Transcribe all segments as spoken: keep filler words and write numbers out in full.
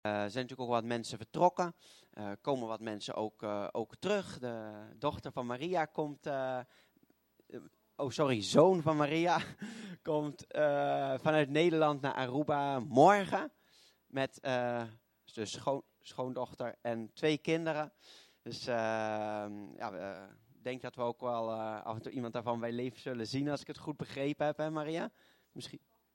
er zijn natuurlijk ook wat mensen vertrokken. Er uh, komen wat mensen ook, uh, ook terug. De dochter van Maria komt... Uh, oh, sorry, zoon van Maria komt uh, vanuit Nederland naar Aruba morgen. Met uh, de schoon, schoondochter en twee kinderen. Dus uh, ja, we denk dat we ook wel uh, af en toe iemand daarvan bij leven zullen zien, als ik het goed begrepen heb, hè Maria? Misschien.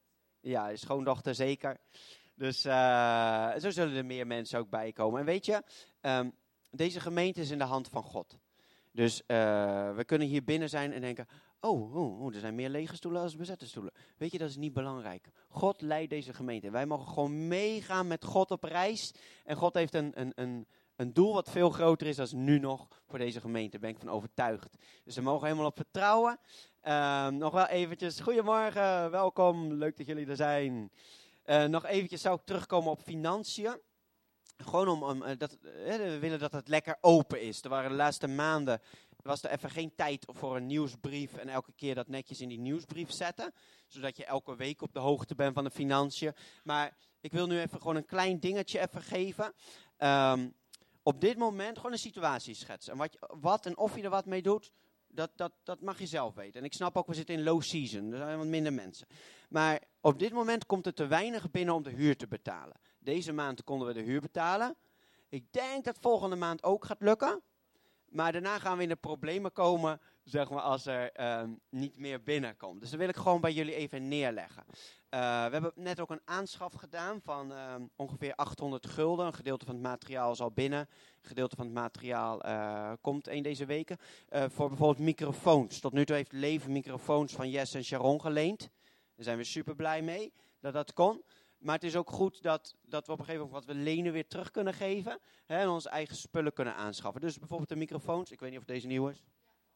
Ja, je schoondochter zeker. Dus uh, zo zullen er meer mensen ook bij komen. En weet je, um, deze gemeente is in de hand van God. Dus uh, we kunnen hier binnen zijn en denken, oh, oh, oh, er zijn meer lege stoelen als bezette stoelen. Weet je, dat is niet belangrijk. God leidt deze gemeente. Wij mogen gewoon meegaan met God op reis. En God heeft een, een, een, een doel wat veel groter is dan nu nog voor deze gemeente. Daar ben ik van overtuigd. Dus we mogen helemaal op vertrouwen. Uh, nog wel eventjes, goedemorgen, welkom, leuk dat jullie er zijn. Uh, nog eventjes zou ik terugkomen op financiën. Gewoon om, om uh, dat, uh, we willen dat het lekker open is. Er waren de laatste maanden, was er even geen tijd voor een nieuwsbrief en elke keer dat netjes in die nieuwsbrief zetten. Zodat je elke week op de hoogte bent van de financiën. Maar ik wil nu even gewoon een klein dingetje even geven. Um, op dit moment gewoon een situatie schetsen. En wat, je, wat en of je er wat mee doet, dat, dat, dat mag je zelf weten. En ik snap ook, we zitten in low season, er zijn wat minder mensen. Maar op dit moment komt er te weinig binnen om de huur te betalen. Deze maand konden we de huur betalen. Ik denk dat volgende maand ook gaat lukken. Maar daarna gaan we in de problemen komen, zeg maar, als er um, niet meer binnenkomt. Dus dat wil ik gewoon bij jullie even neerleggen. Uh, we hebben net ook een aanschaf gedaan van um, ongeveer achthonderd gulden. Een gedeelte van het materiaal is al binnen. Een gedeelte van het materiaal uh, komt een deze weken. Uh, voor bijvoorbeeld microfoons. Tot nu toe heeft Leven microfoons van Jess en Sharon geleend. Daar zijn we super blij mee dat dat kon. Maar het is ook goed dat, dat we op een gegeven moment wat we lenen weer terug kunnen geven. Hè, en onze eigen spullen kunnen aanschaffen. Dus bijvoorbeeld de microfoons. Ik weet niet of deze nieuw is.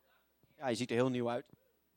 Ja, je ziet er heel nieuw uit.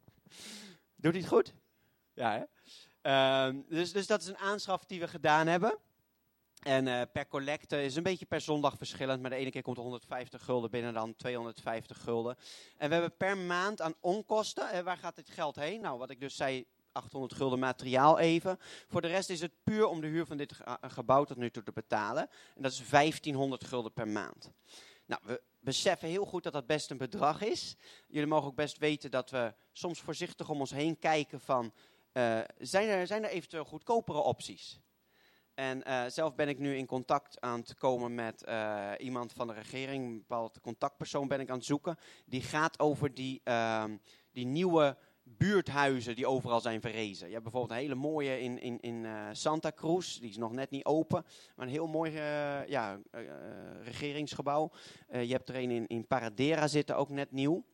Doet hij het goed? Ja, hè? Um, dus, dus dat is een aanschaf die we gedaan hebben. En uh, per collecte is een beetje per zondag verschillend. Maar de ene keer komt er honderdvijftig gulden binnen, dan tweehonderdvijftig gulden. En we hebben per maand aan onkosten. Hè, waar gaat dit geld heen? Nou, wat ik dus zei, achthonderd gulden materiaal even. Voor de rest is het puur om de huur van dit ge- gebouw tot nu toe te betalen. En dat is vijftienhonderd gulden per maand. Nou, we beseffen heel goed dat dat best een bedrag is. Jullie mogen ook best weten dat we soms voorzichtig om ons heen kijken van, Uh, zijn, er, zijn er eventueel goedkopere opties? En uh, zelf ben ik nu in contact aan het komen met uh, iemand van de regering. Een bepaald contactpersoon ben ik aan het zoeken. Die gaat over die, uh, die nieuwe buurthuizen die overal zijn verrezen. Je hebt bijvoorbeeld een hele mooie in, in, in uh, Santa Cruz. Die is nog net niet open. Maar een heel mooi uh, ja, uh, uh, regeringsgebouw. Uh, je hebt er een in, in Paradera zitten, ook net nieuw.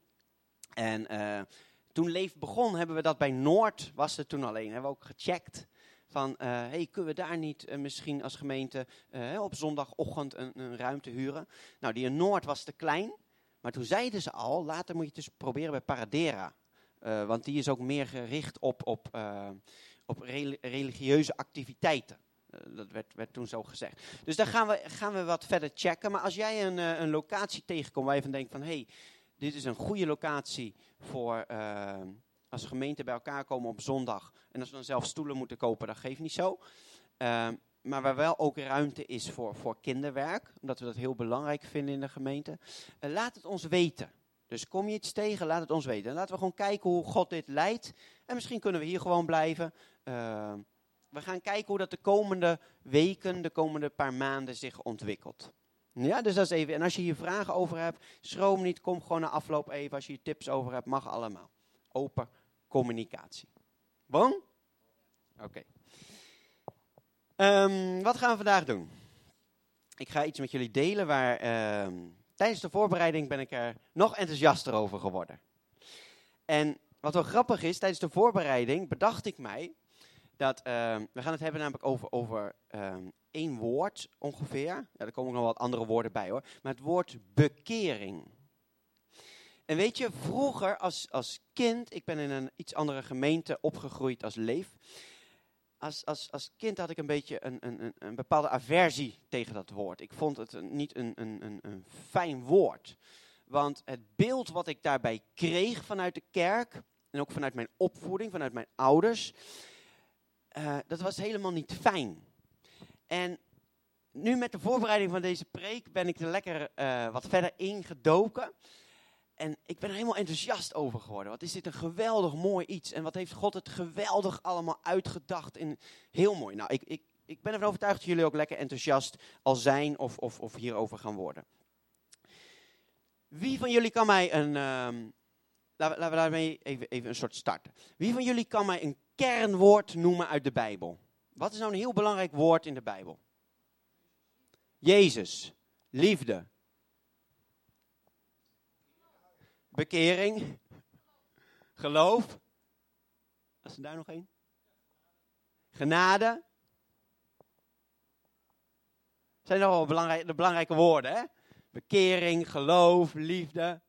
En Uh, Toen Leef begon, hebben we dat bij Noord, was het toen alleen, hebben we ook gecheckt. Van, uh, hey, kunnen we daar niet uh, misschien als gemeente uh, op zondagochtend een, een ruimte huren? Nou, die in Noord was te klein, maar toen zeiden ze al, later moet je het dus proberen bij Paradera. Uh, want die is ook meer gericht op, op, uh, op re- religieuze activiteiten. Uh, dat werd, werd toen zo gezegd. Dus daar gaan we, gaan we wat verder checken. Maar als jij een, uh, een locatie tegenkomt waar je van denkt van, hey, dit is een goede locatie voor uh, als gemeente bij elkaar komen op zondag. En als we dan zelf stoelen moeten kopen, dat geeft niet zo. Uh, maar waar wel ook ruimte is voor, voor kinderwerk. Omdat we dat heel belangrijk vinden in de gemeente. Uh, laat het ons weten. Dus kom je iets tegen, laat het ons weten. En laten we gewoon kijken hoe God dit leidt. En misschien kunnen we hier gewoon blijven. Uh, we gaan kijken hoe dat de komende weken, de komende paar maanden zich ontwikkelt. Ja, dus dat is even. En als je hier vragen over hebt, schroom niet, kom gewoon na afloop even. Als je hier tips over hebt, mag allemaal. Open communicatie. Bon? Oké. Okay. Um, wat gaan we vandaag doen? Ik ga iets met jullie delen waar um, tijdens de voorbereiding ben ik er nog enthousiaster over geworden. En wat wel grappig is, tijdens de voorbereiding bedacht ik mij dat, uh, we gaan het hebben namelijk over, over um, één woord ongeveer. Ja, er komen ook nog wat andere woorden bij hoor. Maar het woord bekering. En weet je, vroeger als, als kind, ik ben in een iets andere gemeente opgegroeid als Leef. Als, als, als kind had ik een beetje een, een, een bepaalde aversie tegen dat woord. Ik vond het een, niet een, een, een, een fijn woord. Want het beeld wat ik daarbij kreeg vanuit de kerk, en ook vanuit mijn opvoeding, vanuit mijn ouders, Uh, dat was helemaal niet fijn. En nu met de voorbereiding van deze preek ben ik er lekker uh, wat verder ingedoken. En ik ben er helemaal enthousiast over geworden. Wat is dit een geweldig mooi iets. En wat heeft God het geweldig allemaal uitgedacht. En heel mooi. Nou, ik, ik, ik ben ervan overtuigd dat jullie ook lekker enthousiast al zijn of, of, of hierover gaan worden. Wie van jullie kan mij een... Um, laten we daarmee even, even een soort starten. Wie van jullie kan mij een kernwoord noemen uit de Bijbel? Wat is nou een heel belangrijk woord in de Bijbel? Jezus. Liefde. Bekering. Geloof. Was er daar nog één? Genade. Zijn nog wel belangrijk, de belangrijke woorden, hè? Bekering, geloof, liefde.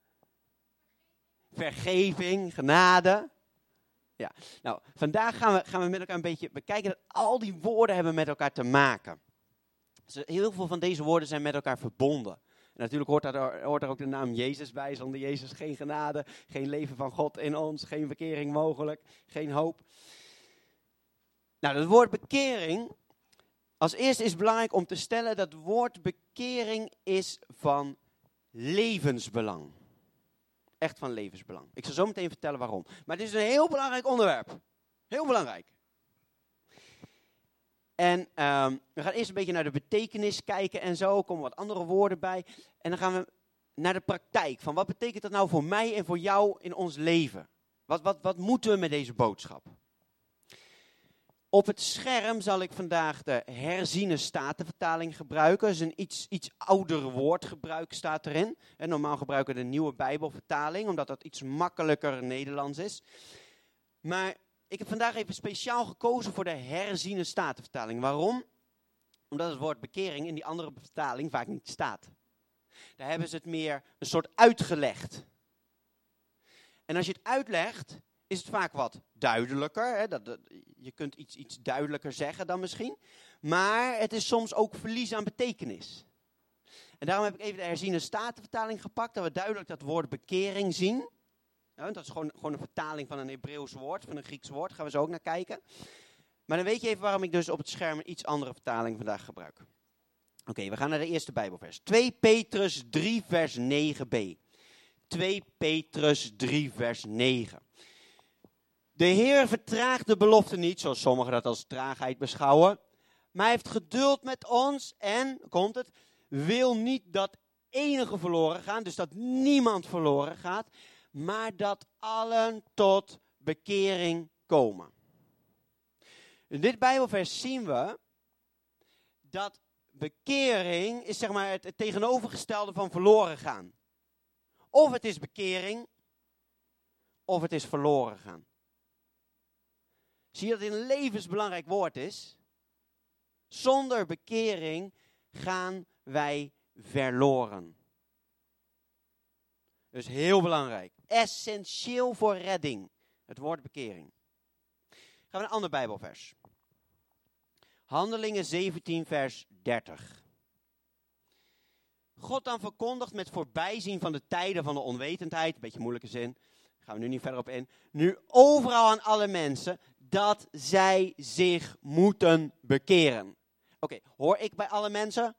Vergeving, genade. Ja, nou, vandaag gaan we, gaan we met elkaar een beetje bekijken dat al die woorden hebben met elkaar te maken. Dus heel veel van deze woorden zijn met elkaar verbonden. En natuurlijk hoort daar, hoort daar ook de naam Jezus bij. Zonder Jezus geen genade, geen leven van God in ons, geen bekering mogelijk, geen hoop. Nou, het woord bekering, als eerste is belangrijk om te stellen dat het woord bekering is van levensbelang. Echt van levensbelang. Ik zal zo meteen vertellen waarom. Maar het is een heel belangrijk onderwerp. Heel belangrijk. En um, we gaan eerst een beetje naar de betekenis kijken en zo. Er komen wat andere woorden bij. En dan gaan we naar de praktijk. Van wat betekent dat nou voor mij en voor jou in ons leven? Wat, wat, wat moeten we met deze boodschap? Op het scherm zal ik vandaag de herziene statenvertaling gebruiken. Dat is een iets, iets ouder woordgebruik staat erin. En normaal gebruiken we de nieuwe Bijbelvertaling, omdat dat iets makkelijker Nederlands is. Maar ik heb vandaag even speciaal gekozen voor de herziene statenvertaling. Waarom? Omdat het woord bekering in die andere vertaling vaak niet staat. Daar hebben ze het meer een soort uitgelegd. En als je het uitlegt, is het vaak wat duidelijker. Hè? Dat, dat, je kunt iets, iets duidelijker zeggen dan misschien. Maar het is soms ook verlies aan betekenis. En daarom heb ik even de herziene statenvertaling gepakt. Dat we duidelijk dat woord bekering zien. Ja, dat is gewoon, gewoon een vertaling van een Hebreeuws woord, van een Grieks woord. Daar gaan we zo ook naar kijken. Maar dan weet je even waarom ik dus op het scherm een iets andere vertaling vandaag gebruik. Oké, okay, we gaan naar de eerste Bijbelvers. twee Petrus drie vers negen b. twee Petrus drie vers negen. De Heer vertraagt de belofte niet, zoals sommigen dat als traagheid beschouwen. Maar hij heeft geduld met ons en, komt het, wil niet dat enige verloren gaan. Dus dat niemand verloren gaat. Maar dat allen tot bekering komen. In dit Bijbelvers zien we dat bekering is zeg maar het, het tegenovergestelde van verloren gaan. Of het is bekering, of het is verloren gaan. Zie je dat dit een levensbelangrijk woord is? Zonder bekering gaan wij verloren. Dus heel belangrijk. Essentieel voor redding. Het woord bekering. Gaan we naar een ander Bijbelvers. Handelingen zeventien vers dertig. God dan verkondigt met voorbijzien van de tijden van de onwetendheid. Een beetje moeilijke zin. Daar gaan we nu niet verder op in. Nu overal aan alle mensen dat zij zich moeten bekeren. Oké, okay, hoor ik bij alle mensen?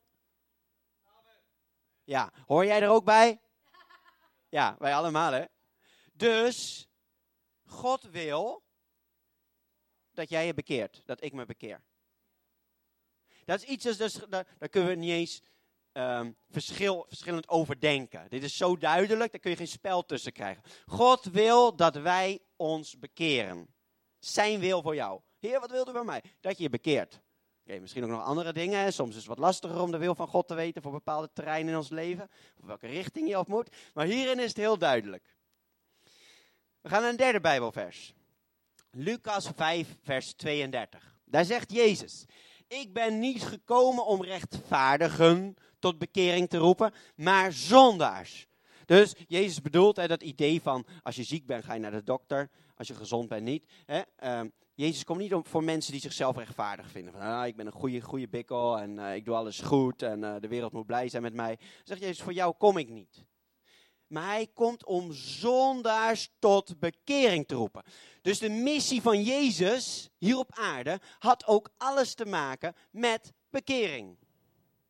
Ja, hoor jij er ook bij? Ja, wij allemaal, hè. Dus, God wil dat jij je bekeert. Dat ik me bekeer. Dat is iets, dus, dus, daar, daar kunnen we niet eens um, verschil, verschillend over denken. Dit is zo duidelijk, daar kun je geen spel tussen krijgen. God wil dat wij ons bekeren. Zijn wil voor jou. Heer, wat wilt u bij mij? Dat je je bekeert. Oké, okay, misschien ook nog andere dingen. Hè. Soms is het wat lastiger om de wil van God te weten voor bepaalde terreinen in ons leven. Of welke richting je op moet. Maar hierin is het heel duidelijk. We gaan naar een derde Bijbelvers. Lucas vijf vers tweeëndertig. Daar zegt Jezus: ik ben niet gekomen om rechtvaardigen tot bekering te roepen, maar zondaars. Dus Jezus bedoelt hè, dat idee van als je ziek bent ga je naar de dokter, als je gezond bent niet. Hè. Uh, Jezus komt niet om, voor mensen die zichzelf rechtvaardig vinden. Van, ah, ik ben een goede, goede bikkel en uh, ik doe alles goed en uh, de wereld moet blij zijn met mij. Dan zegt Jezus, voor jou kom ik niet. Maar hij komt om zondaars tot bekering te roepen. Dus de missie van Jezus hier op aarde had ook alles te maken met bekering.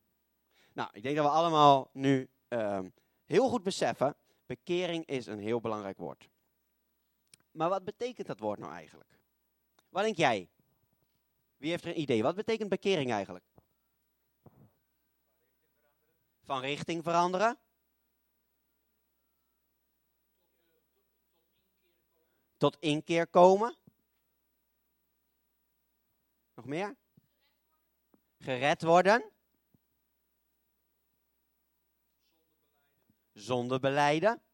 Nou, ik denk dat we allemaal nu uh, heel goed beseffen, bekering is een heel belangrijk woord. Maar wat betekent dat woord nou eigenlijk? Wat denk jij? Wie heeft er een idee? Wat betekent bekering eigenlijk? Van richting veranderen. Tot inkeer komen. Nog meer? Gered worden. Zonde belijden.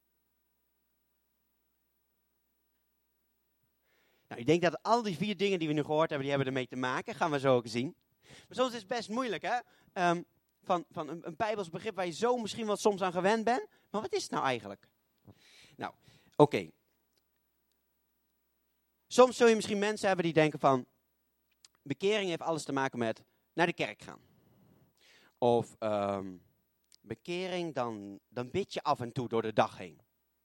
Nou, ik denk dat al die vier dingen die we nu gehoord hebben, die hebben ermee te maken. Gaan we zo ook zien. Maar soms is het best moeilijk, hè? Um, van van een, een Bijbels begrip waar je zo misschien wel soms aan gewend bent. Maar wat is het nou eigenlijk? Nou, oké. Okay. Soms zul je misschien mensen hebben die denken van, bekering heeft alles te maken met naar de kerk gaan. Of um, bekering, dan, dan bid je af en toe door de dag heen.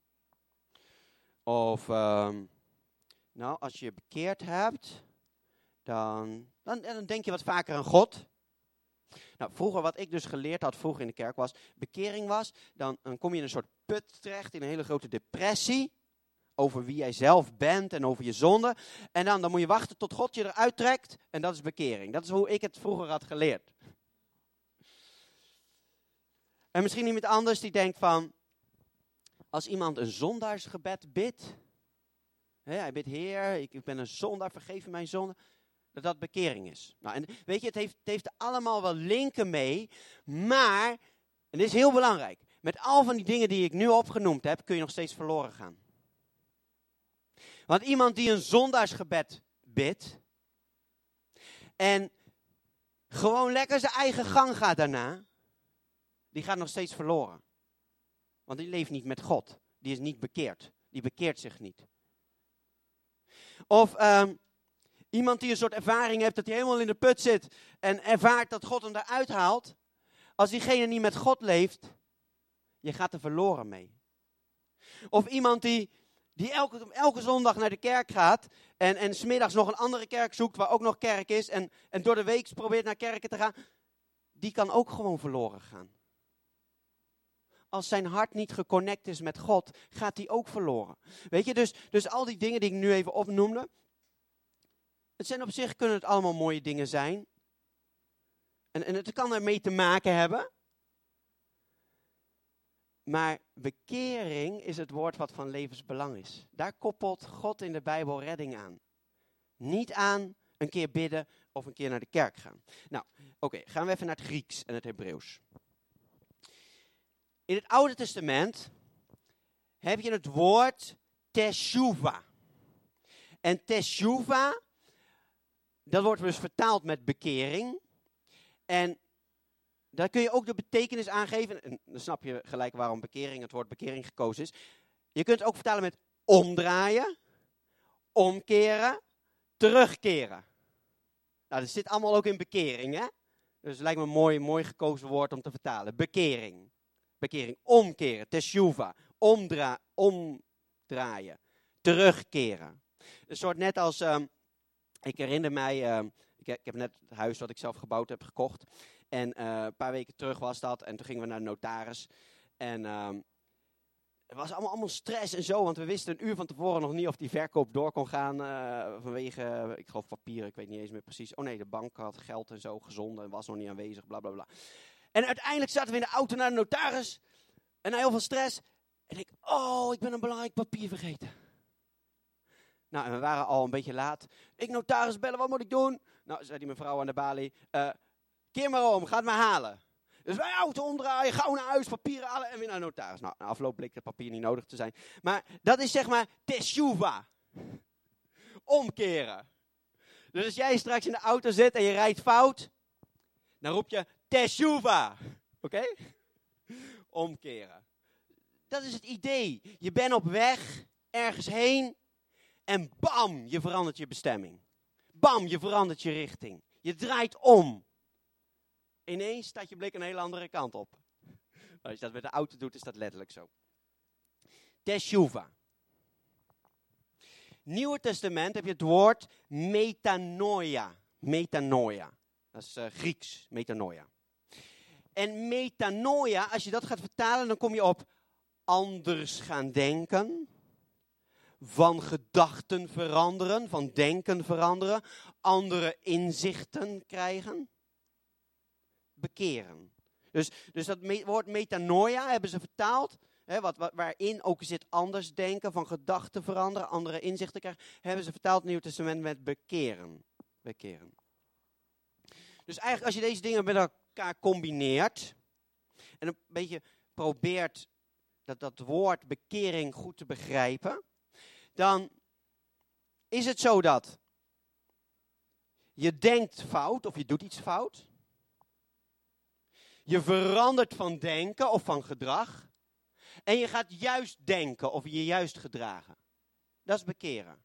Of, um, nou, als je bekeerd hebt, dan, dan, dan denk je wat vaker aan God. Nou, vroeger, wat ik dus geleerd had vroeger in de kerk was, bekering was, dan, dan kom je in een soort put terecht, in een hele grote depressie. Over wie jij zelf bent en over je zonde. En dan, dan moet je wachten tot God je eruit trekt. En dat is bekering. Dat is hoe ik het vroeger had geleerd. En misschien iemand anders die denkt van, als iemand een zondaarsgebed bidt. Hè, hij bidt, Heer, ik, ik ben een zondaar, vergeef me mijn zonde. Dat dat bekering is. Nou, en weet je, het heeft, het heeft allemaal wel linken mee. Maar, en dit is heel belangrijk. Met al van die dingen die ik nu opgenoemd heb, kun je nog steeds verloren gaan. Want iemand die een zondaarsgebed bidt en gewoon lekker zijn eigen gang gaat daarna, die gaat nog steeds verloren. Want die leeft niet met God. Die is niet bekeerd. Die bekeert zich niet. Of um, iemand die een soort ervaring heeft dat hij helemaal in de put zit en ervaart dat God hem eruit haalt. Als diegene niet met God leeft, je gaat er verloren mee. Of iemand die... Die elke, elke zondag naar de kerk gaat en, en 's middags nog een andere kerk zoekt waar ook nog kerk is. En, en door de week probeert naar kerken te gaan. Die kan ook gewoon verloren gaan. Als zijn hart niet geconnect is met God, gaat hij ook verloren. Weet je, dus, dus al die dingen die ik nu even opnoemde. Het zijn op zich, kunnen het allemaal mooie dingen zijn. En, en het kan ermee te maken hebben. Maar bekering is het woord wat van levensbelang is. Daar koppelt God in de Bijbel redding aan. Niet aan een keer bidden of een keer naar de kerk gaan. Nou, oké, okay, gaan we even naar het Grieks en het Hebreeuws. In het Oude Testament heb je het woord teshuva. En teshuva, dat wordt dus vertaald met bekering. En daar kun je ook de betekenis aangeven. En dan snap je gelijk waarom bekering, het woord bekering gekozen is. Je kunt het ook vertalen met omdraaien, omkeren, terugkeren. Nou, dat zit allemaal ook in bekering, hè? Dus het lijkt me een mooi, mooi gekozen woord om te vertalen. Bekering. Bekering. Omkeren. Teshuva. Omdra- omdraaien. Terugkeren. Een soort net als, um, ik herinner mij, um, ik, ik heb net het huis wat ik zelf gebouwd heb gekocht. En uh, een paar weken terug was dat. En toen gingen we naar de notaris. En um, het was allemaal, allemaal stress en zo. Want we wisten een uur van tevoren nog niet of die verkoop door kon gaan. Uh, vanwege, uh, ik geloof papieren, ik weet niet eens meer precies. Oh nee, de bank had geld en zo gezonden en was nog niet aanwezig, bla bla bla. En uiteindelijk zaten we in de auto naar de notaris. En na heel veel stress. En ik, oh, ik ben een belangrijk papier vergeten. Nou, en we waren al een beetje laat. Ik notaris bellen, wat moet ik doen? Nou, zei die mevrouw aan de balie. Uh, keer maar om, ga het maar halen. Dus wij auto omdraaien, gauw naar huis, papieren halen en weer naar de notaris. Nou, na afloop bleek het papier niet nodig te zijn. Maar dat is zeg maar teshuva. Omkeren. Dus als jij straks in de auto zit en je rijdt fout, dan roep je teshuva. Oké? Okay? Omkeren. Dat is het idee. Je bent op weg, ergens heen en bam, je verandert je bestemming. Bam, je verandert je richting. Je draait om. Ineens staat je blik een hele andere kant op. Als je dat met de auto doet, is dat letterlijk zo. Teshuva. Nieuwe Testament heb je het woord metanoia. Metanoia. Dat is uh, Grieks, metanoia. En metanoia, als je dat gaat vertalen, dan kom je op anders gaan denken. Van gedachten veranderen, van denken veranderen. Andere inzichten krijgen. Bekeren. Dus, dus dat me- woord metanoia hebben ze vertaald. Hè, wat, wat, waarin ook zit anders denken, van gedachten veranderen, andere inzichten krijgen. Hebben ze vertaald in het Nieuwe Testament met bekeren. Bekeren. Dus eigenlijk als je deze dingen met elkaar combineert. En een beetje probeert dat, dat woord bekering goed te begrijpen. Dan is het zo dat je denkt fout of je doet iets fout. Je verandert van denken of van gedrag. En je gaat juist denken of je juist gedragen. Dat is bekeren.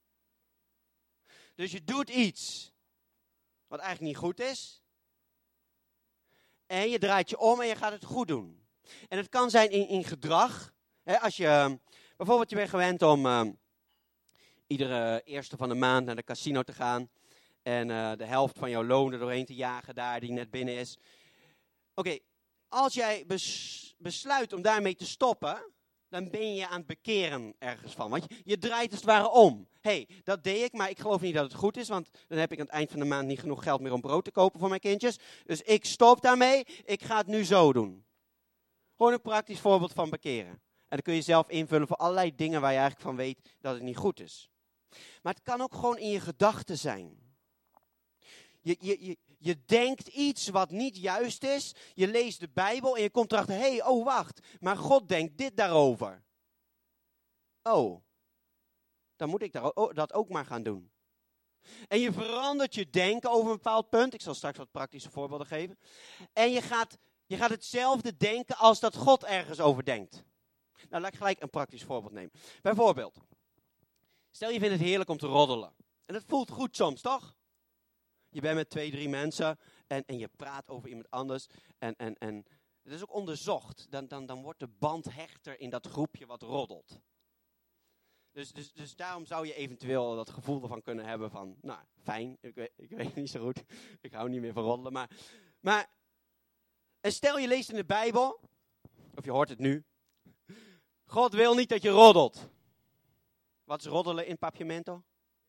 Dus je doet iets wat eigenlijk niet goed is. En je draait je om en je gaat het goed doen. En het kan zijn in, in gedrag. Hè, als je bijvoorbeeld je bent gewend om uh, iedere eerste van de maand naar de casino te gaan. En uh, de helft van jouw loon er doorheen te jagen daar die net binnen is. Oké, okay, als jij bes, besluit om daarmee te stoppen, dan ben je aan het bekeren ergens van. Want je, je draait als het ware om. Hé, hey, dat deed ik, maar ik geloof niet dat het goed is, want dan heb ik aan het eind van de maand niet genoeg geld meer om brood te kopen voor mijn kindjes. Dus ik stop daarmee, ik ga het nu zo doen. Gewoon een praktisch voorbeeld van bekeren. En dan kun je zelf invullen voor allerlei dingen waar je eigenlijk van weet dat het niet goed is. Maar het kan ook gewoon in je gedachten zijn. Je, je, je, je denkt iets wat niet juist is. Je leest de Bijbel en je komt erachter. Hé, hey, oh wacht. Maar God denkt dit daarover. Oh. Dan moet ik daar, oh, dat ook maar gaan doen. En je verandert je denken over een bepaald punt. Ik zal straks wat praktische voorbeelden geven. En je gaat, je gaat hetzelfde denken als dat God ergens over denkt. Nou, laat ik gelijk een praktisch voorbeeld nemen. Bijvoorbeeld. Stel je vindt het heerlijk om te roddelen. En dat voelt goed soms, toch? Je bent met twee, drie mensen en, en je praat over iemand anders. En, en, en het is ook onderzocht. Dan, dan, dan wordt de band hechter in dat groepje wat roddelt. Dus, dus, dus daarom zou je eventueel dat gevoel ervan kunnen hebben van... Nou, fijn, ik weet, ik weet het niet zo goed. Ik hou niet meer van roddelen. Maar, maar en stel je leest in de Bijbel, of je hoort het nu. God wil niet dat je roddelt. Wat is roddelen in Papiamento?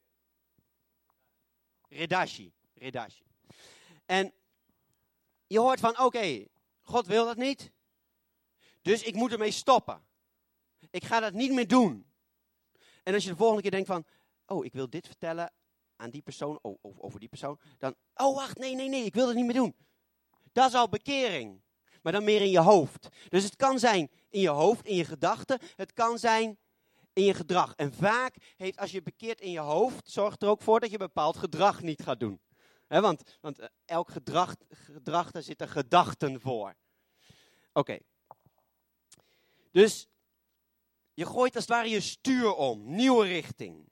Redashi. Redashi. En je hoort van, oké, okay, God wil dat niet. Dus ik moet ermee stoppen. Ik ga dat niet meer doen. En als je de volgende keer denkt van, oh, ik wil dit vertellen aan die persoon, oh, over die persoon. Dan, oh wacht, nee, nee, nee, ik wil dat niet meer doen. Dat is al bekering. Maar dan meer in je hoofd. Dus het kan zijn in je hoofd, in je gedachten. Het kan zijn in je gedrag. En vaak heeft, als je bekeert in je hoofd, zorgt er ook voor dat je een bepaald gedrag niet gaat doen. He, want, want uh, elk gedrag, gedrag, daar zitten gedachten voor. Oké. Okay. Dus je gooit als het ware je stuur om. Nieuwe richting.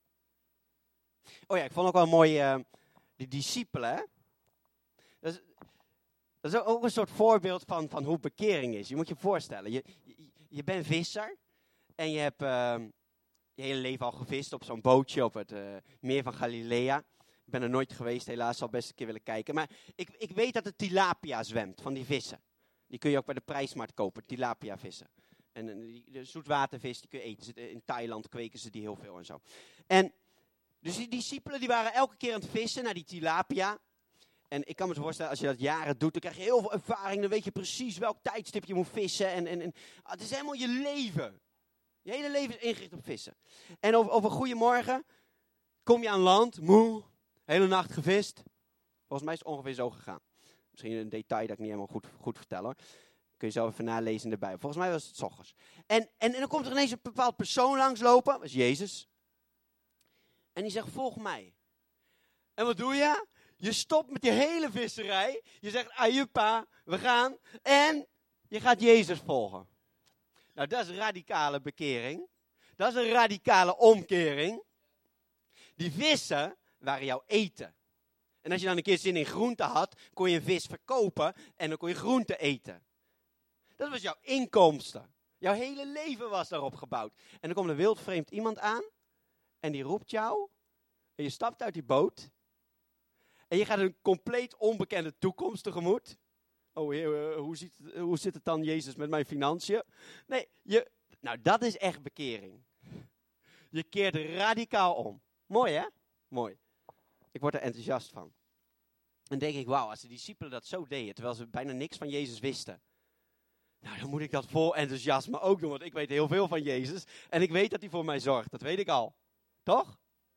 Oh ja, ik vond ook wel mooi uh, die discipelen. Hè? Dat, is, dat is ook een soort voorbeeld van, van hoe bekering is. Je moet je voorstellen. Je, je, je bent visser. En je hebt uh, je hele leven al gevist op zo'n bootje op het uh, meer van Galilea. Ik ben er nooit geweest, helaas, zal best een keer willen kijken. Maar ik, ik weet dat er tilapia zwemt, van die vissen. Die kun je ook bij de prijsmarkt kopen, tilapia vissen. En uh, die, de zoetwatervis, die kun je eten. In Thailand kweken ze die heel veel en zo. En dus die discipelen die waren elke keer aan het vissen naar die tilapia. En ik kan me zo voorstellen, als je dat jaren doet, dan krijg je heel veel ervaring. Dan weet je precies welk tijdstip je moet vissen. En, en, en, ah, het is helemaal je leven. Je hele leven is ingericht op vissen. En op, op een goede morgen kom je aan land, moe, hele nacht gevist. Volgens mij is het ongeveer zo gegaan. Misschien een detail dat ik niet helemaal goed, goed vertel hoor. Kun je zo even nalezen in de Bijbel. Volgens mij was het 's ochtends. En, en, en dan komt er ineens een bepaald persoon langslopen. Dat is Jezus. En die zegt, volg mij. En wat doe je? Je stopt met je hele visserij. Je zegt, ajupa, we gaan. En je gaat Jezus volgen. Nou, dat is radicale bekering. Dat is een radicale omkering. Die vissen waren jouw eten. En als je dan een keer zin in groente had, kon je een vis verkopen en dan kon je groente eten. Dat was jouw inkomsten. Jouw hele leven was daarop gebouwd. En dan komt een wildvreemd iemand aan en die roept jou. En je stapt uit die boot. En je gaat een compleet onbekende toekomst tegemoet. Oh heer, hoe, ziet het, hoe zit het dan, Jezus, met mijn financiën? Nee, je, nou dat is echt bekering. Je keert radicaal om. Mooi hè? Mooi. Ik word er enthousiast van. Dan denk ik, wauw, als de discipelen dat zo deden, terwijl ze bijna niks van Jezus wisten. Nou, dan moet ik dat vol enthousiasme ook doen, want ik weet heel veel van Jezus. En ik weet dat hij voor mij zorgt, dat weet ik al. Toch?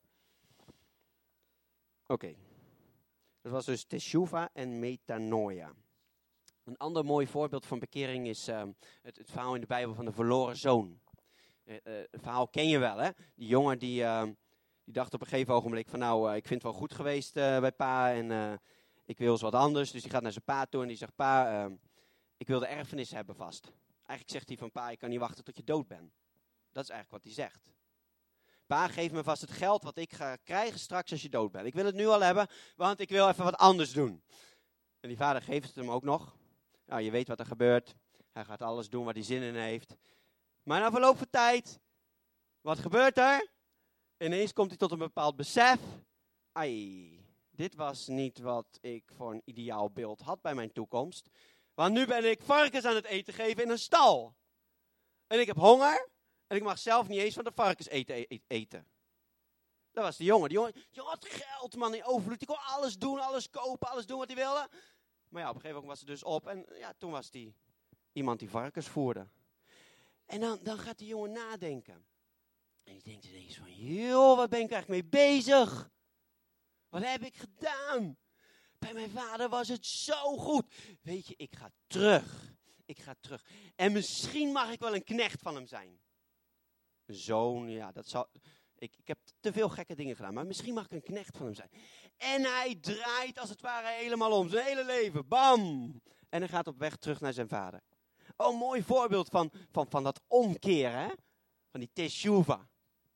Oké. Okay. Dat was dus teshuva en metanoia. Een ander mooi voorbeeld van bekering is uh, het, het verhaal in de Bijbel van de verloren zoon. Uh, uh, het verhaal ken je wel, hè? Die jongen die, uh, die dacht op een gegeven ogenblik van nou, uh, ik vind het wel goed geweest uh, bij pa en uh, ik wil eens wat anders. Dus die gaat naar zijn pa toe en die zegt, pa, uh, ik wil de erfenis hebben vast. Eigenlijk zegt hij van, pa, ik kan niet wachten tot je dood bent. Dat is eigenlijk wat hij zegt. Pa, geef me vast het geld wat ik ga krijgen straks als je dood bent. Ik wil het nu al hebben, want ik wil even wat anders doen. En die vader geeft het hem ook nog. Nou, je weet wat er gebeurt. Hij gaat alles doen wat hij zin in heeft. Maar na verloop van tijd, wat gebeurt er? Ineens komt hij tot een bepaald besef. Ai, dit was niet wat ik voor een ideaal beeld had bij mijn toekomst. Want nu ben ik varkens aan het eten geven in een stal. En ik heb honger. En ik mag zelf niet eens van de varkens eten. eten. Dat was die jongen. Die jongen, die jongen had geld, man, in overvloed. Die kon alles doen, alles kopen, alles doen wat hij wilde. Maar ja, op een gegeven moment was het dus op. En ja, toen was die iemand die varkens voerde. En dan, dan gaat die jongen nadenken. En die denkt ineens van, joh, wat ben ik eigenlijk mee bezig? Wat heb ik gedaan? Bij mijn vader was het zo goed. Weet je, ik ga terug. Ik ga terug. En misschien mag ik wel een knecht van hem zijn. Een zoon, ja, dat zal... Ik, ik heb te veel gekke dingen gedaan, maar misschien mag ik een knecht van hem zijn. En hij draait als het ware helemaal om, zijn hele leven. Bam! En hij gaat op weg terug naar zijn vader. Oh, mooi voorbeeld van, van, van dat omkeren, hè? Van die teshuva.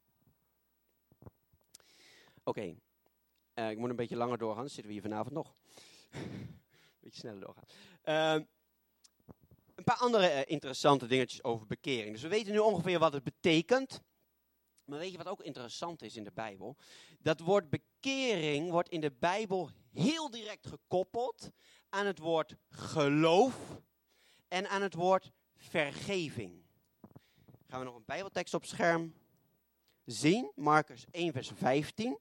Oké, okay. uh, ik moet een beetje langer doorgaan, dan zitten we hier vanavond nog. Een beetje sneller doorgaan. Uh, een paar andere uh, interessante dingetjes over bekering. Dus we weten nu ongeveer wat het betekent. Maar weet je wat ook interessant is in de Bijbel? Dat woord bekering wordt in de Bijbel heel direct gekoppeld aan het woord geloof en aan het woord vergeving. Gaan we nog een Bijbeltekst op scherm zien. Markus één vers vijftien.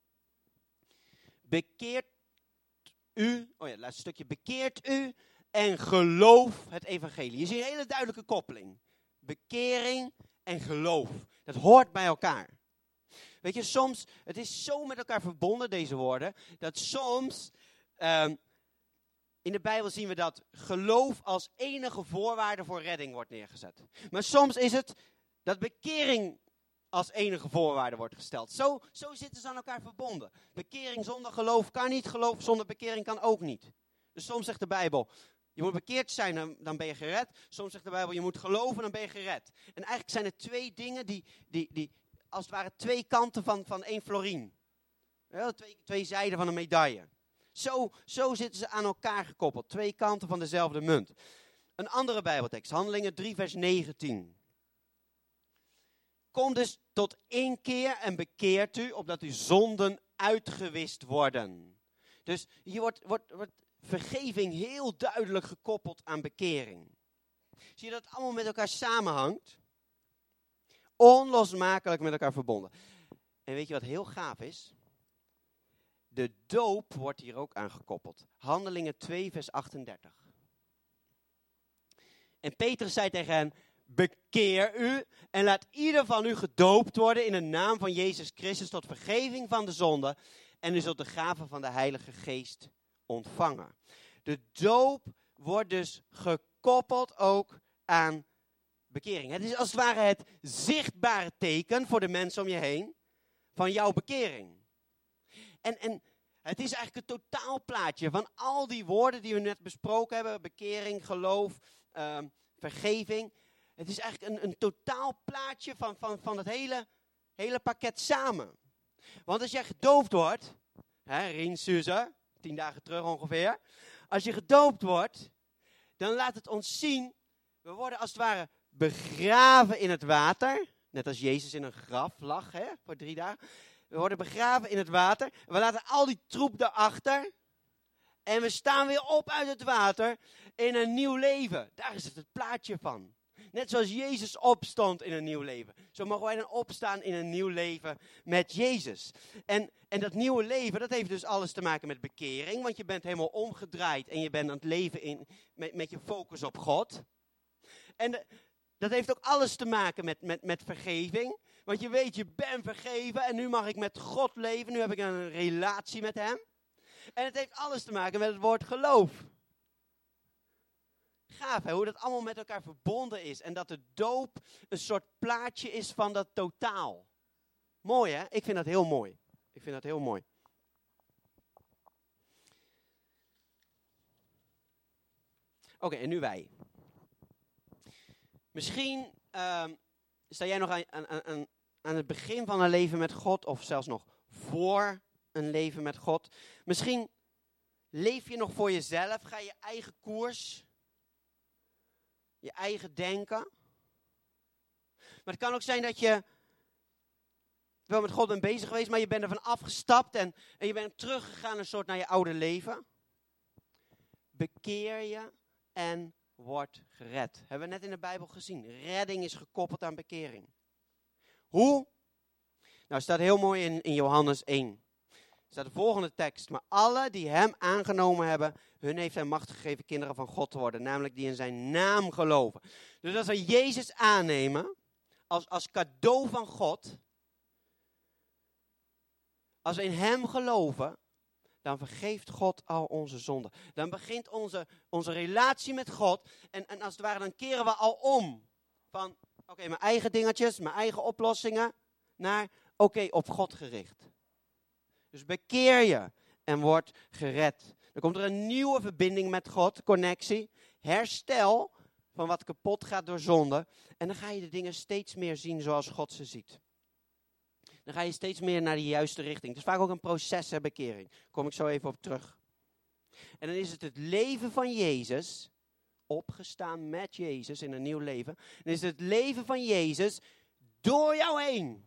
Bekeert u, oh ja, het laatste stukje. Bekeert u en geloof het evangelie. Je ziet een hele duidelijke koppeling. Bekering en geloof. Dat hoort bij elkaar. Weet je, soms, het is zo met elkaar verbonden, deze woorden, dat soms, um, in de Bijbel zien we dat geloof als enige voorwaarde voor redding wordt neergezet. Maar soms is het dat bekering als enige voorwaarde wordt gesteld. Zo, zo zitten ze aan elkaar verbonden. Bekering zonder geloof kan niet, geloof zonder bekering kan ook niet. Dus soms zegt de Bijbel, je moet bekeerd zijn, dan, dan ben je gered. Soms zegt de Bijbel, je moet geloven, dan ben je gered. En eigenlijk zijn er twee dingen die, die, die als het ware twee kanten van, van één florien. Ja, twee, twee zijden van een medaille. Zo, zo zitten ze aan elkaar gekoppeld. Twee kanten van dezelfde munt. Een andere Bijbeltekst, Handelingen drie vers negentien. Kom dus tot inkeer en bekeert u, opdat uw zonden uitgewist worden. Dus hier wordt, wordt, wordt vergeving heel duidelijk gekoppeld aan bekering. Zie je dat het allemaal met elkaar samenhangt? Onlosmakelijk met elkaar verbonden. En weet je wat heel gaaf is? De doop wordt hier ook aangekoppeld. Handelingen twee vers achtendertig. En Petrus zei tegen hen, bekeer u en laat ieder van u gedoopt worden in de naam van Jezus Christus tot vergeving van de zonde. En u zult de gave van de Heilige Geest ontvangen. De doop wordt dus gekoppeld ook aan bekering. Het is als het ware het zichtbare teken voor de mensen om je heen van jouw bekering. En, en het is eigenlijk een totaalplaatje van al die woorden die we net besproken hebben. Bekering, geloof, uh, vergeving. Het is eigenlijk een, een totaalplaatje van, van, van het hele, hele pakket samen. Want als jij gedoopt wordt, hè, Rien Suze, tien dagen terug ongeveer. Als je gedoopt wordt, dan laat het ons zien, we worden als het ware begraven in het water. Net als Jezus in een graf lag, hè, voor drie dagen. We worden begraven in het water. We laten al die troep daarachter. En we staan weer op uit het water in een nieuw leven. Daar is het het plaatje van. Net zoals Jezus opstond in een nieuw leven. Zo mogen wij dan opstaan in een nieuw leven met Jezus. En, en dat nieuwe leven, dat heeft dus alles te maken met bekering. Want je bent helemaal omgedraaid en je bent aan het leven in, met, met je focus op God. En de, dat heeft ook alles te maken met, met, met vergeving. Want je weet, je bent vergeven en nu mag ik met God leven. Nu heb ik een relatie met hem. En het heeft alles te maken met het woord geloof. Gaaf hè, hoe dat allemaal met elkaar verbonden is. En dat de doop een soort plaatje is van dat totaal. Mooi hè, ik vind dat heel mooi. Ik vind dat heel mooi. Oké, okay, en nu wij. Misschien uh, sta jij nog aan, aan, aan, aan het begin van een leven met God. Of zelfs nog voor een leven met God. Misschien leef je nog voor jezelf. Ga je eigen koers. Je eigen denken. Maar het kan ook zijn dat je wel met God bent bezig geweest, maar je bent ervan afgestapt en, en je bent teruggegaan een soort naar je oude leven. Bekeer je en word gered. Hebben we net in de Bijbel gezien. Redding is gekoppeld aan bekering. Hoe? Nou, staat heel mooi in, in Johannes één. Er staat de volgende tekst. Maar alle die hem aangenomen hebben, hun heeft hij macht gegeven kinderen van God te worden. Namelijk die in zijn naam geloven. Dus als we Jezus aannemen, als, als cadeau van God. Als we in hem geloven, dan vergeeft God al onze zonden. Dan begint onze, onze relatie met God. En, en als het ware, dan keren we al om. Van, oké, okay, mijn eigen dingetjes, mijn eigen oplossingen. Naar, oké, okay, op God gericht. Dus bekeer je en word gered. Dan komt er een nieuwe verbinding met God, connectie, herstel van wat kapot gaat door zonde. En dan ga je de dingen steeds meer zien zoals God ze ziet. Dan ga je steeds meer naar de juiste richting. Het is vaak ook een proces, hè, bekering. Daar kom ik zo even op terug. En dan is het het leven van Jezus, opgestaan met Jezus in een nieuw leven. Dan is het het leven van Jezus door jou heen.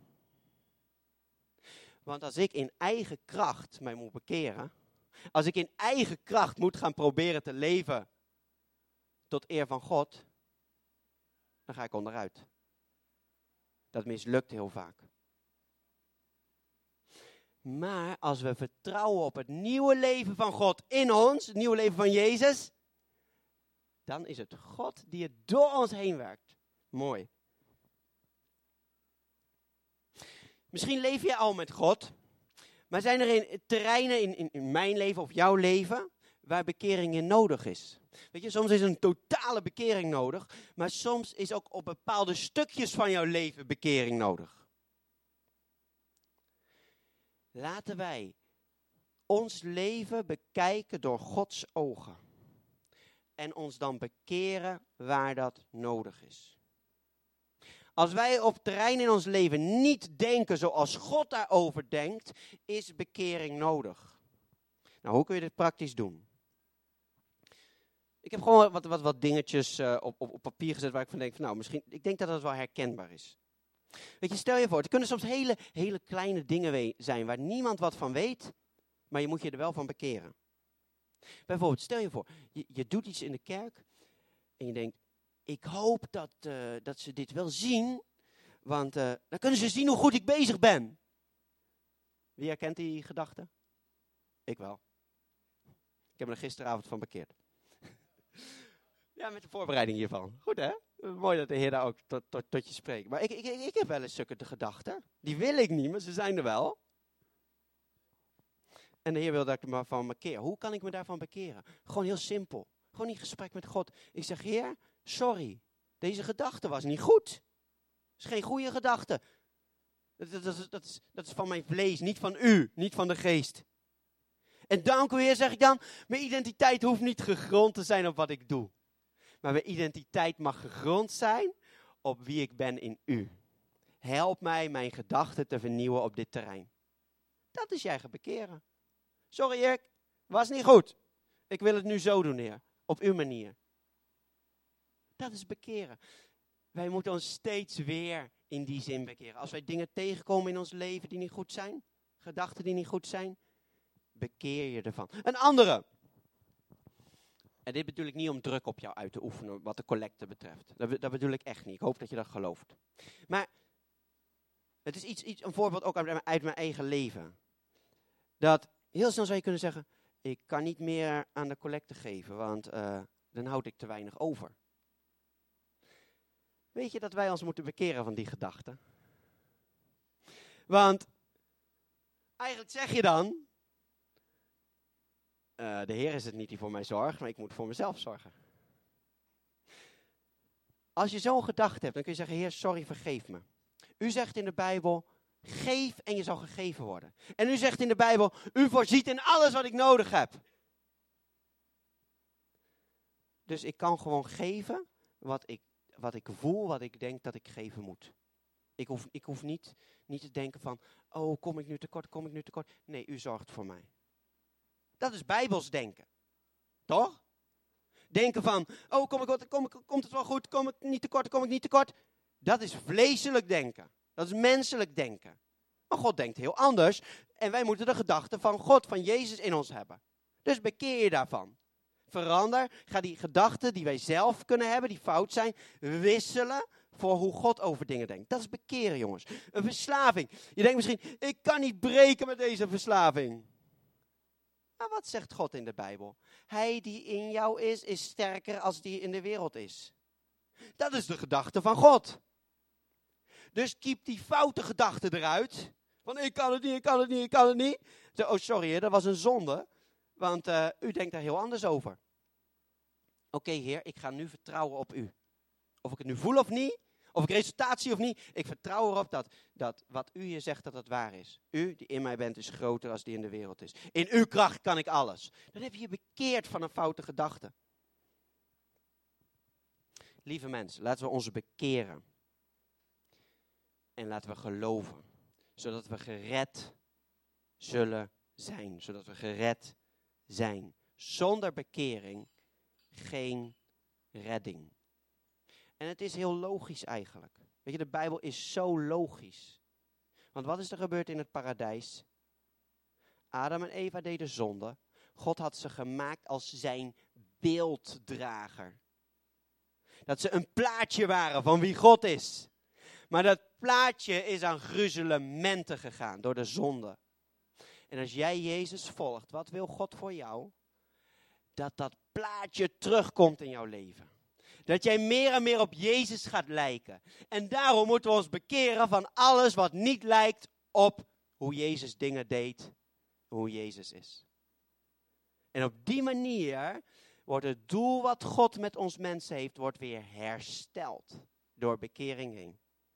Want als ik in eigen kracht mij moet bekeren, als ik in eigen kracht moet gaan proberen te leven tot eer van God, dan ga ik onderuit. Dat mislukt heel vaak. Maar als we vertrouwen op het nieuwe leven van God in ons, het nieuwe leven van Jezus, dan is het God die het door ons heen werkt. Mooi. Misschien leef je al met God, maar zijn er in, terreinen in, in, in mijn leven of jouw leven waar bekering in nodig is? Weet je, soms is een totale bekering nodig, maar soms is ook op bepaalde stukjes van jouw leven bekering nodig. Laten wij ons leven bekijken door Gods ogen en ons dan bekeren waar dat nodig is. Als wij op terrein in ons leven niet denken zoals God daarover denkt, is bekering nodig. Nou, hoe kun je dit praktisch doen? Ik heb gewoon wat, wat, wat dingetjes uh, op, op, op papier gezet waar ik van denk, van, nou, misschien, ik denk dat dat wel herkenbaar is. Weet je, stel je voor, het kunnen soms hele, hele kleine dingen we- zijn waar niemand wat van weet, maar je moet je er wel van bekeren. Bijvoorbeeld, stel je voor, je, je doet iets in de kerk en je denkt, ik hoop dat, uh, dat ze dit wel zien, want uh, dan kunnen ze zien hoe goed ik bezig ben. Wie herkent die gedachte? Ik wel. Ik heb me er gisteravond van bekeerd. Ja, met de voorbereiding hiervan. Goed hè? Mooi dat de Heer daar ook tot, tot, tot je spreekt. Maar ik, ik, ik heb wel eens zulke gedachten. Die wil ik niet, maar ze zijn er wel. En de Heer wil dat ik me van bekeer. Hoe kan ik me daarvan bekeren? Gewoon heel simpel. Gewoon in gesprek met God. Ik zeg, Heer, sorry. Deze gedachte was niet goed. Het is geen goede gedachte. Dat, dat, dat, dat, is, dat is van mijn vlees, niet van u, niet van de geest. En dank u Heer, zeg ik dan, mijn identiteit hoeft niet gegrond te zijn op wat ik doe. Maar mijn identiteit mag gegrond zijn op wie ik ben in u. Help mij mijn gedachten te vernieuwen op dit terrein. Dat is jij eigen bekeren. Sorry Heer, was niet goed. Ik wil het nu zo doen Heer, op uw manier. Dat is bekeren. Wij moeten ons steeds weer in die zin bekeren. Als wij dingen tegenkomen in ons leven die niet goed zijn, gedachten die niet goed zijn, bekeer je ervan. Een andere. En dit bedoel ik niet om druk op jou uit te oefenen wat de collecte betreft. Dat, be- dat bedoel ik echt niet. Ik hoop dat je dat gelooft. Maar het is iets, iets, een voorbeeld ook uit mijn, uit mijn eigen leven. Dat heel snel zou je kunnen zeggen, ik kan niet meer aan de collecte geven, want uh, dan houd ik te weinig over. Weet je dat wij ons moeten bekeren van die gedachte? Want eigenlijk zeg je dan, uh, de Heer is het niet die voor mij zorgt, maar ik moet voor mezelf zorgen. Als je zo'n gedachte hebt, dan kun je zeggen, Heer, sorry, vergeef me. U zegt in de Bijbel, geef en je zal gegeven worden. En u zegt in de Bijbel, u voorziet in alles wat ik nodig heb. Dus ik kan gewoon geven wat ik, wat ik voel, wat ik denk dat ik geven moet. Ik hoef, ik hoef niet, niet te denken van, oh, kom ik nu tekort, kom ik nu tekort. Nee, u zorgt voor mij. Dat is Bijbels denken. Toch? Denken van, oh, kom ik, kom ik, komt het wel goed, kom ik niet tekort, kom ik niet tekort. Dat is vleeselijk denken. Dat is menselijk denken. Maar God denkt heel anders. En wij moeten de gedachten van God, van Jezus in ons hebben. Dus bekeer je daarvan. Verander, ga die gedachten die wij zelf kunnen hebben, die fout zijn, wisselen voor hoe God over dingen denkt. Dat is bekeren, jongens. Een verslaving. Je denkt misschien, ik kan niet breken met deze verslaving. Maar wat zegt God in de Bijbel? Hij die in jou is, is sterker als die in de wereld is. Dat is de gedachte van God. Dus keep die foute gedachten eruit. Van ik kan het niet, ik kan het niet, ik kan het niet. Zo, oh sorry, dat was een zonde. Want uh, u denkt daar heel anders over. Oké, okay, Heer, ik ga nu vertrouwen op u. Of ik het nu voel of niet, of ik resultaat zie of niet. Ik vertrouw erop dat, dat wat u hier zegt, dat het waar is. U die in mij bent, is groter als die in de wereld is. In uw kracht kan ik alles. Dan heb je je bekeerd van een foute gedachte. Lieve mensen, laten we ons bekeren. En laten we geloven. Zodat we gered zullen zijn. Zodat we gered zijn. Zonder bekering geen redding. En het is heel logisch eigenlijk. Weet je, de Bijbel is zo logisch. Want wat is er gebeurd in het paradijs? Adam en Eva deden zonde. God had ze gemaakt als zijn beelddrager. Dat ze een plaatje waren van wie God is. Maar dat plaatje is aan gruzelementen gegaan door de zonde. En als jij Jezus volgt, wat wil God voor jou? Dat dat plaatje terugkomt in jouw leven. Dat jij meer en meer op Jezus gaat lijken. En daarom moeten we ons bekeren van alles wat niet lijkt op hoe Jezus dingen deed. Hoe Jezus is. En op die manier wordt het doel wat God met ons mensen heeft, wordt weer hersteld. Door bekering heen.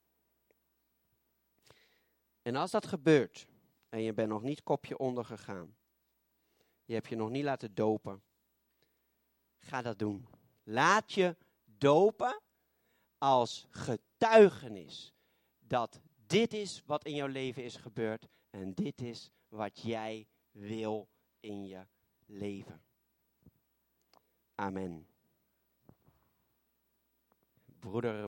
En als dat gebeurt, en je bent nog niet kopje onder gegaan. Je hebt je nog niet laten dopen. Ga dat doen. Laat je dopen als getuigenis. Dat dit is wat in jouw leven is gebeurd. En dit is wat jij wil in je leven. Amen. Broeder